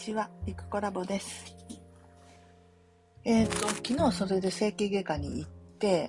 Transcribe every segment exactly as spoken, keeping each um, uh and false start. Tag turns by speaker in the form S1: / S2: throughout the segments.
S1: ちは、リクコラボです。えっと、昨日それで整形外科に行って、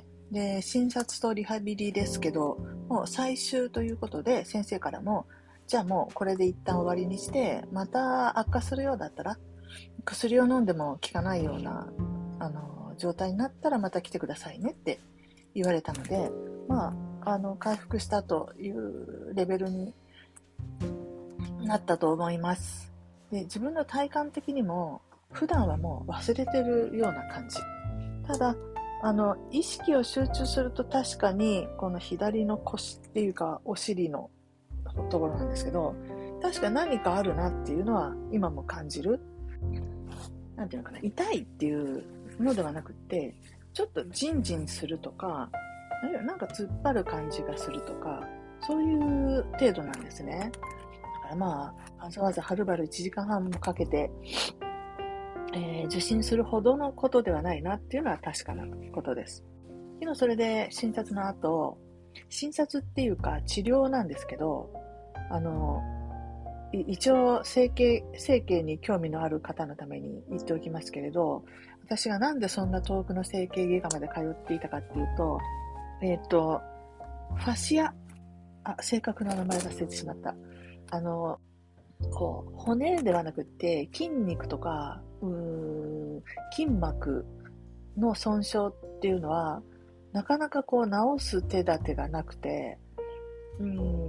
S1: で、診察とリハビリですけど、もう最終ということで、先生からも、じゃあもうこれで一旦終わりにして、また悪化するようだったら、薬を飲んでも効かないような、あの、状態になったらまた来てくださいねって言われたので、まあ、あの、回復したというレベルになったと思います。で、自分の体感的にも普段はもう忘れてるような感じ。ただ、あの、意識を集中すると確かにこの左の腰っていうかお尻のところなんですけど、確か何かあるなっていうのは今も感じる。なんていうのかな、痛いっていうのではなくて、ちょっとジンジンするとか、あるいはなんか突っ張る感じがするとか、そういう程度なんですね。だからまあ、わざわざはるばるいちじかんはんもかけて、えー受診するほどのことではないなっていうのは確かなことです。昨日それで診察の後、診察っていうか治療なんですけど、あの、一応整形、整形に興味のある方のために言っておきますけれど、私がなんでそんな遠くの整形外科まで通っていたかっていうと、えっと、ファシア、あ、正確な名前忘れてしまった。あの、こう、骨ではなくて筋肉とか、うー筋膜の損傷っていうのは、なかなかこう治す手立てがなくて、うん、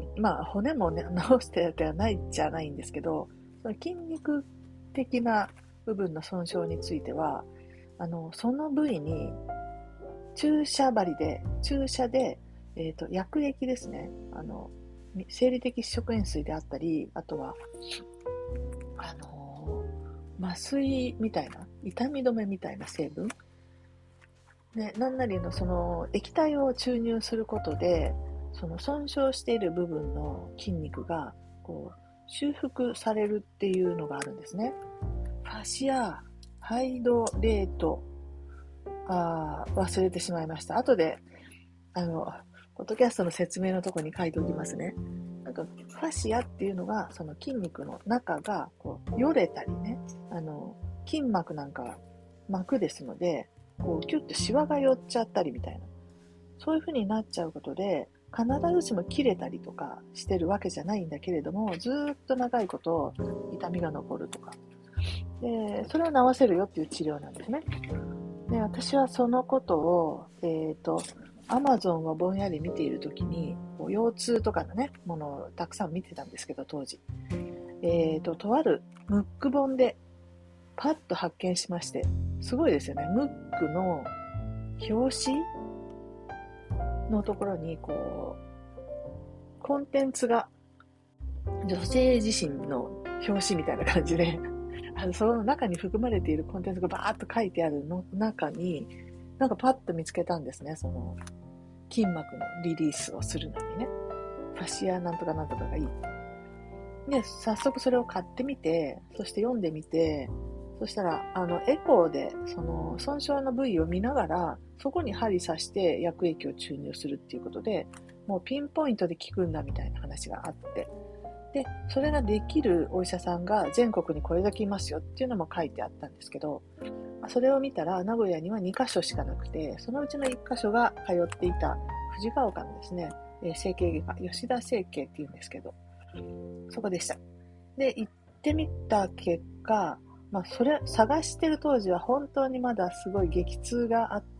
S1: まあ骨もね、治す手立てはないじゃないんですけど、その筋肉的な部分の損傷については、あの、その部位に注射針で、注射で、えっと、薬液ですね。あの、生理的食塩水であったり、あとは、あのー麻酔みたいな、痛み止めみたいな成分で、何なりのその液体を注入することで、その損傷している部分の筋肉がこう修復されるっていうのがあるんですね。ファシア、ハイドレート、あー忘れてしまいました。後で、あの、ポッドキャストの説明のところに書いておきますね。なんか、ファシアっていうのが、その筋肉の中が、こう、よれたりね、あの、筋膜なんか膜ですので、こう、キュッとシワが寄っちゃったりみたいな。そういう風になっちゃうことで、必ずしも切れたりとかしてるわけじゃないんだけれども、ずーっと長いこと痛みが残るとか。で、それを治せるよっていう治療なんですね。で、私はそのことを、えっと、アマゾンをぼんやり見ているときに、こう腰痛とかのね、ものをたくさん見てたんですけど、当時。えっと、とあるムック本でパッと発見しまして、すごいですよね。ムックの表紙のところに、こう、コンテンツが女性自身の表紙みたいな感じで、あのその中に含まれているコンテンツがバーッと書いてあるの中に、なんかパッと見つけたんですね。その筋膜のリリースをするのにね。ファシアなんとかなんとかがいい。で、早速それを買ってみて、そして読んでみて、そしたら、あの、エコーで、その、損傷の部位を見ながら、そこに針刺して薬液を注入するっていうことで、もうピンポイントで効くんだみたいな話があって、で、それができるお医者さんが全国にこれだけいますよっていうのも書いてあったんですけど、それを見たら名古屋にはにカ所しかなくて、そのうちのいっカ所が通っていた藤ヶ丘のですね、整形外科、吉田整形っていうんですけど、そこでした。で、行ってみた結果、まあ、それ、探してる当時は本当にまだすごい激痛があって、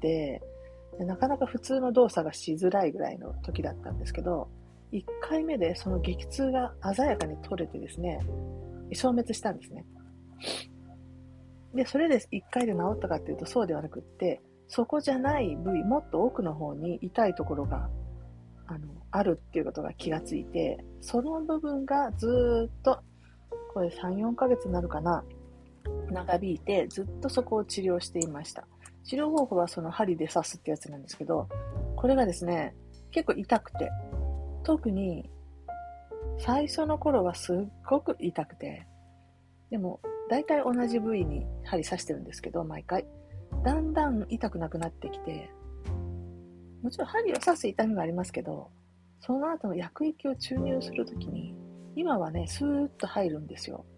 S1: なかなか普通の動作がしづらいぐらいの時だったんですけど、いっかいめでその激痛が鮮やかに取れてですね、消滅したんですね。で、それでいっかいで治ったかっていうとそうではなくって、そこじゃない部位、もっと奥の方に痛いところがあのあるっていうことが気がついて、その部分がずーっと、これさん、よんかげつになるかな、長引いてずっとそこを治療していました。治療方法はその針で刺すってやつなんですけど、これがですね、結構痛くて、特に最初の頃はすっごく痛くて、でも大体同じ部位に針刺してるんですけど、毎回だんだん痛くなくなってきて、もちろん針を刺す痛みがありますけど、その後の薬液を注入するときに、今はね、スーッと入るんですよ。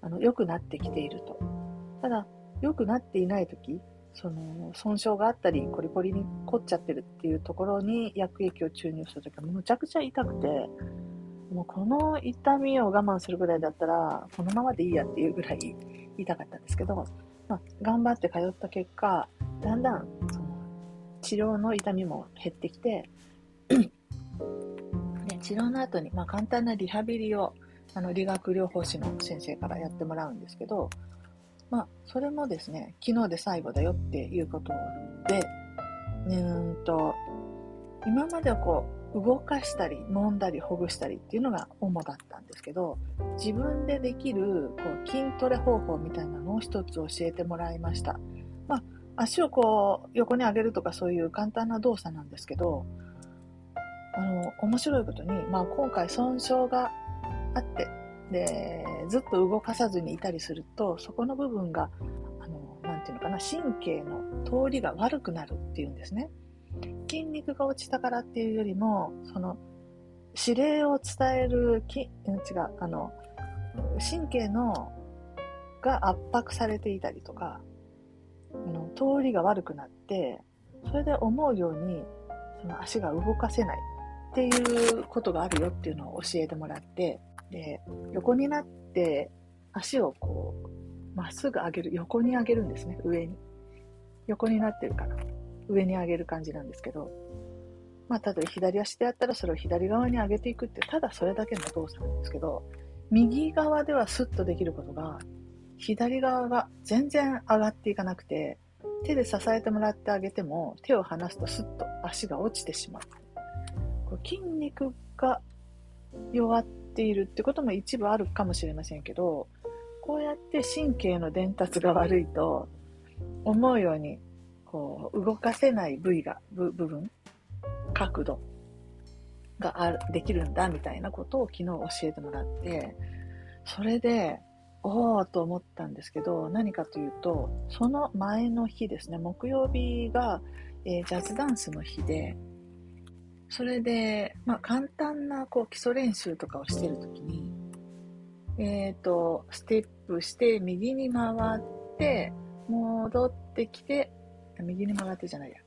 S1: あの良くなってきていると。ただ良くなっていないとき、その損傷があったりコリコリに凝っちゃってるっていうところに薬液を注入するときはむちゃくちゃ痛くて、もうこの痛みを我慢するぐらいだったらこのままでいいやっていうぐらい痛かったんですけど、まあ、頑張って通った結果、だんだんその治療の痛みも減ってきてで治療の後に、まあ、簡単なリハビリをあの理学療法士の先生からやってもらうんですけど、まあ、それもですね、昨日で最後だよっていうことで、うーんと今まではこう動かしたり揉んだりほぐしたりっていうのが主だったんですけど、自分でできるこう筋トレ方法みたいなのを一つ教えてもらいました。まあ、足をこう横に上げるとかそういう簡単な動作なんですけど、あの面白いことに、まあ、今回損傷があってでずっと動かさずにいたりすると、そこの部分があのなんていうのかな、神経の通りが悪くなるっていうんですね。筋肉が落ちたからっていうよりも、その指令を伝えるき違うあの神経のが圧迫されていたりとか、あの通りが悪くなって、それで思うようにその足が動かせないっていうことがあるよっていうのを教えてもらって、で横になって足をこうまっすぐ上げる、横に上げるんですね。上に横になってるから上に上げる感じなんですけど、まあ、例えば左足でやったらそれを左側に上げていくって、ただそれだけの動作なんですけど、右側ではスッとできることが左側が全然上がっていかなくて、手で支えてもらってあげても手を離すとスッと足が落ちてしまう。こう筋肉が弱っているってことも一部あるかもしれませんけど、こうやって神経の伝達が悪いと思うようにこう動かせない部位が部分角度があるできるんだみたいなことを昨日教えてもらって、それでおーと思ったんですけど、何かというと、その前の日ですね、木曜日が、えー、ジャズダンスの日で、それで、まあ、簡単なこう基礎練習とかをしているときに、えーと、ステップして右に回って戻ってきて、右に回ってじゃないや、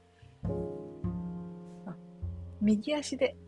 S1: 右足で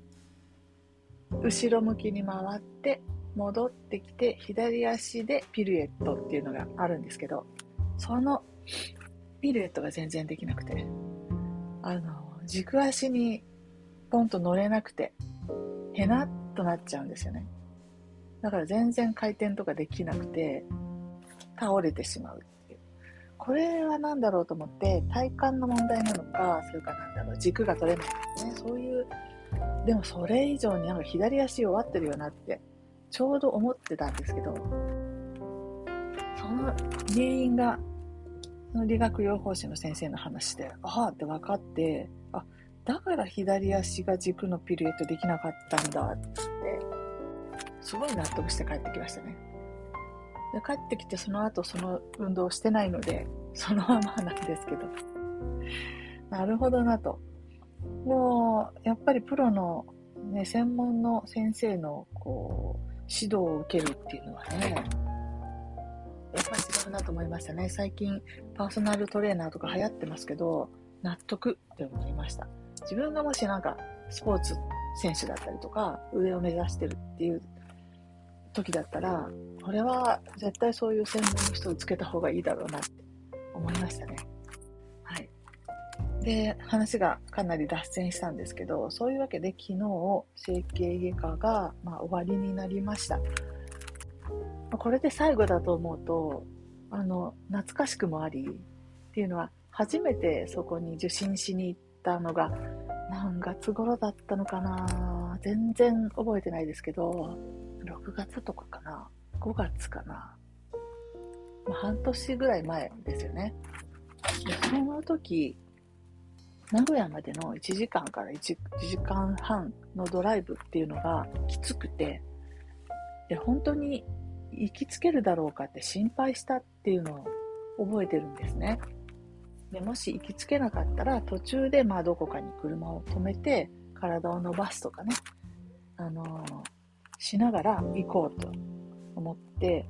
S1: 後ろ向きに回って戻ってきて左足でピルエットっていうのがあるんですけど、そのピルエットが全然できなくて、あの軸足にポンと乗れなくてへなっとなっちゃうんですよね。だから全然回転とかできなくて倒れてしまうっていう。これは何だろうと思って、体幹の問題なのか、それかなんだろう、軸が取れないですね、そういう。でもそれ以上になんか左足弱ってるよなってちょうど思ってたんですけど、その原因がその理学療法士の先生の話であーって分かって、あ、だから左足が軸のピルエットできなかったんだってすごい納得して帰ってきましたね。で帰ってきてその後その運動をしてないのでそのままなんですけど、なるほどなと。もうやっぱりプロの、ね、専門の先生のこう指導を受けるっていうのはね、やっぱり違うなと思いましたね。最近パーソナルトレーナーとか流行ってますけど、納得って思いました。自分がもしなんかスポーツ選手だったりとか上を目指してるっていう時だったら、これは絶対そういう専門の人をつけた方がいいだろうなって思いましたね。はい。で、話がかなり脱線したんですけど、そういうわけで昨日整形外科が、まあ、終わりになりました。これで最後だと思うと、あの懐かしくもありっていうのは、初めてそこに受診しに行ったのが何月頃だったのかな、全然覚えてないですけど、ろくがつとかかな、ごがつかな、まあ、半年ぐらい前ですよね。でその時名古屋までのいちじかんからいちじかんはんのドライブっていうのがきつくて、で本当に行きつけるだろうかって心配したっていうのを覚えてるんですね。でもし行きつけなかったら途中でまあどこかに車を止めて体を伸ばすとかね、あのー、しながら行こうと思って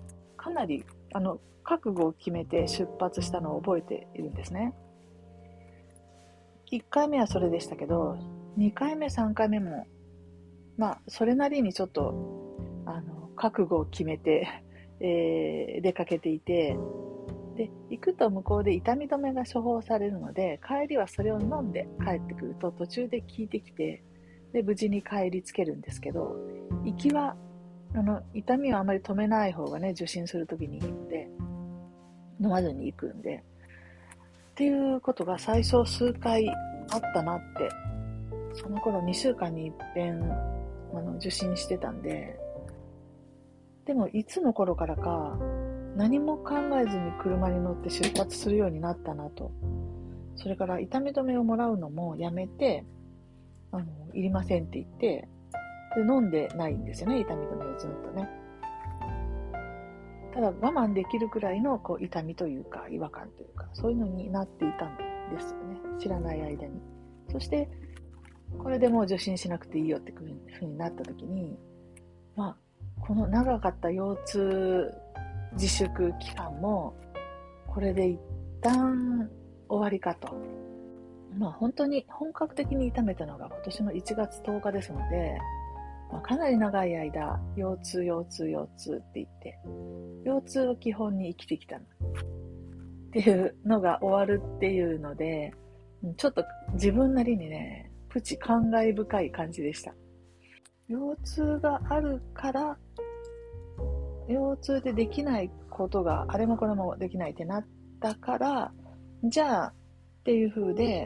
S1: かなりあの覚悟を決めて出発したのを覚えているんですね。いっかいめはそれでしたけど、にかいめさんかいめもまあそれなりにちょっとあの覚悟を決めて、えー、出かけていて、で行くと向こうで痛み止めが処方されるので、帰りはそれを飲んで帰ってくると途中で効いてきて、で無事に帰りつけるんですけど、行きはあの痛みをあまり止めない方がね、受診するときにいいので飲まずに行くんでっていうことが最初数回あったなって。その頃にしゅうかんに一遍あの受診してたんで、でもいつの頃からか何も考えずに車に乗って出発するようになったなと。それから痛み止めをもらうのもやめて、あのいりませんって言ってで飲んでないんですよね、痛み止めをずっとね。ただ我慢できるくらいのこう痛みというか違和感というか、そういうのになっていたんですよね、知らない間に。そしてこれでもう受診しなくていいよっていう風になった時に、まあこの長かった腰痛自粛期間もこれで一旦終わりかと。まあ本当に本格的に痛めたのが今年のいちがつとおかですので、まあ、かなり長い間腰痛腰痛腰痛って言って腰痛を基本に生きてきたっていうのが終わるっていうので、ちょっと自分なりにねプチ感慨深い感じでした。腰痛があるから腰痛でできないことがあれもこれもできないってなったから、じゃあっていう風で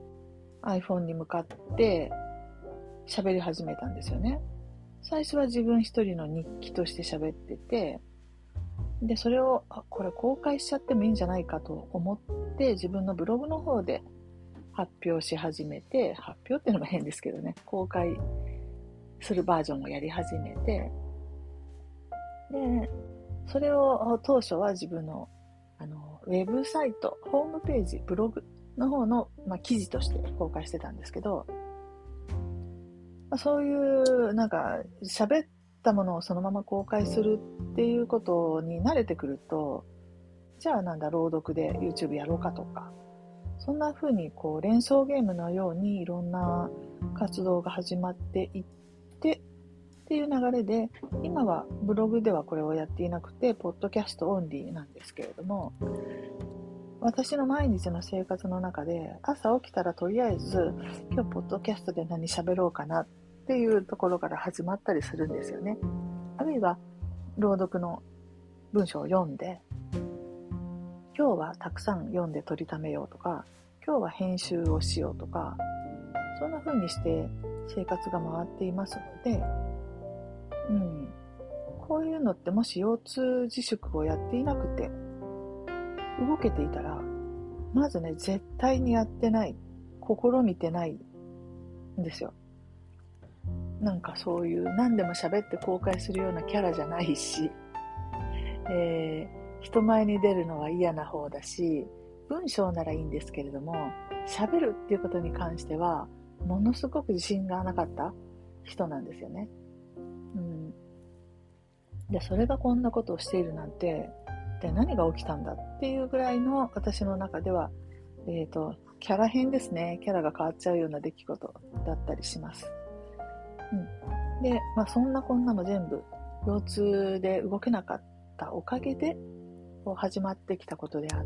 S1: iPhone に向かって喋り始めたんですよね。最初は自分一人の日記として喋ってて、でそれをあこれ公開しちゃってもいいんじゃないかと思って自分のブログの方で発表し始めて、発表っていうのも変ですけどね、公開するバージョンをやり始めて、でそれを当初は自分のあのウェブサイト、ホームページ、ブログの方の、まあ、記事として公開してたんですけど、まあ、そういうなんか喋ったものをそのまま公開するっていうことに慣れてくると、じゃあなんだ朗読で YouTube やろうかとか、そんな風にこう連想ゲームのようにいろんな活動が始まっていってっていう流れで、今はブログではこれをやっていなくてポッドキャストオンリーなんですけれども、私の毎日の生活の中で朝起きたらとりあえず今日ポッドキャストで何喋ろうかなっていうところから始まったりするんですよね。あるいは朗読の文章を読んで、今日はたくさん読んで取りためようとか、今日は編集をしようとか、そんな風にして生活が回っていますので、うん、こういうのってもし腰痛自粛をやっていなくて動けていたら、まずね絶対にやってない、試みてないんですよ。なんかそういう何でも喋って公開するようなキャラじゃないし、えー、人前に出るのは嫌な方だし、文章ならいいんですけれども、喋るっていうことに関してはものすごく自信がなかった人なんですよね。うん、でそれがこんなことをしているなんて、一体何が起きたんだっていうぐらいの私の中では、えーと、キャラ変ですね。キャラが変わっちゃうような出来事だったりします。うん、で、まあ、そんなこんなも全部腰痛で動けなかったおかげでこう始まってきたことであって、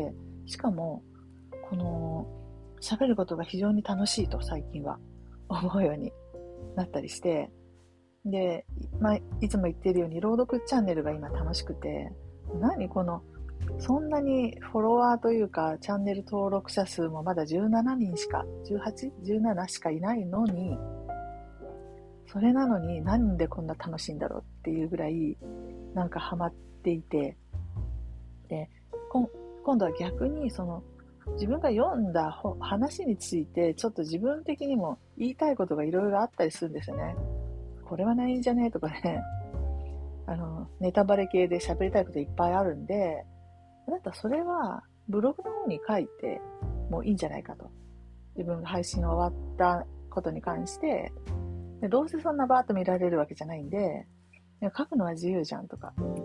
S1: しかもこの喋ることが非常に楽しいと最近は思うようになったりして、で、まあ、いつも言っているように朗読チャンネルが今楽しくて、何このそんなにフォロワーというかチャンネル登録者数もまだじゅうななにんしか じゅうはち?じゅうなな しかいないのに、それなのになんでこんな楽しいんだろうっていうぐらいなんかハマっていて、で今度は逆にその自分が読んだ話についてちょっと自分的にも言いたいことがいろいろあったりするんですよね。これはないんじゃねとかね、あのネタバレ系で喋りたいこといっぱいあるんで、だったらそれはブログの方に書いてもいいんじゃないかと。自分が配信終わったことに関してで、どうせそんなバーッと見られるわけじゃないんで、書くのは自由じゃんとか、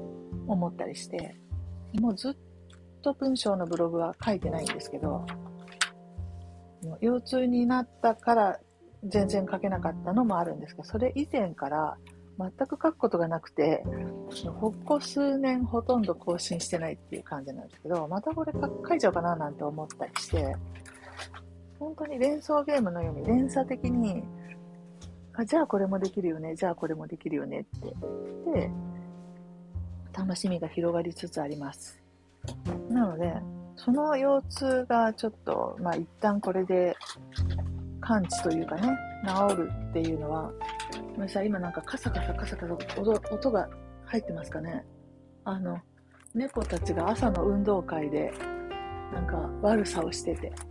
S1: 思ったりして、もうずっと文章のブログは書いてないんですけど、腰痛になったから全然書けなかったのもあるんですけど、それ以前から全く書くことがなくて、ここ数年ほとんど更新してないっていう感じなんですけど、またこれ書いちゃおうかななんて思ったりして、本当に連想ゲームのように連鎖的に、あ、じゃあこれもできるよね、じゃあこれもできるよねってで楽しみが広がりつつあります。なのでその腰痛がちょっと、まあ一旦これで完治というかね、治るっていうのは、ごめんなさい、今なんかカサカサカサカサ 音, 音が入ってますかね。あの猫たちが朝の運動会でなんか悪さをしてて、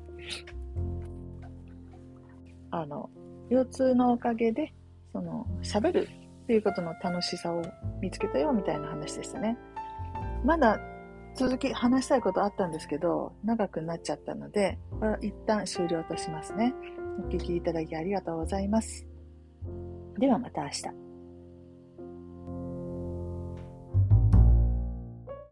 S1: あの腰痛のおかげでその喋るっていうことの楽しさを見つけたよみたいな話でしたね。まだ続き話したいことあったんですけど、長くなっちゃったので、これは一旦終了としますね。お聞きいただきありがとうございます。ではまた明日。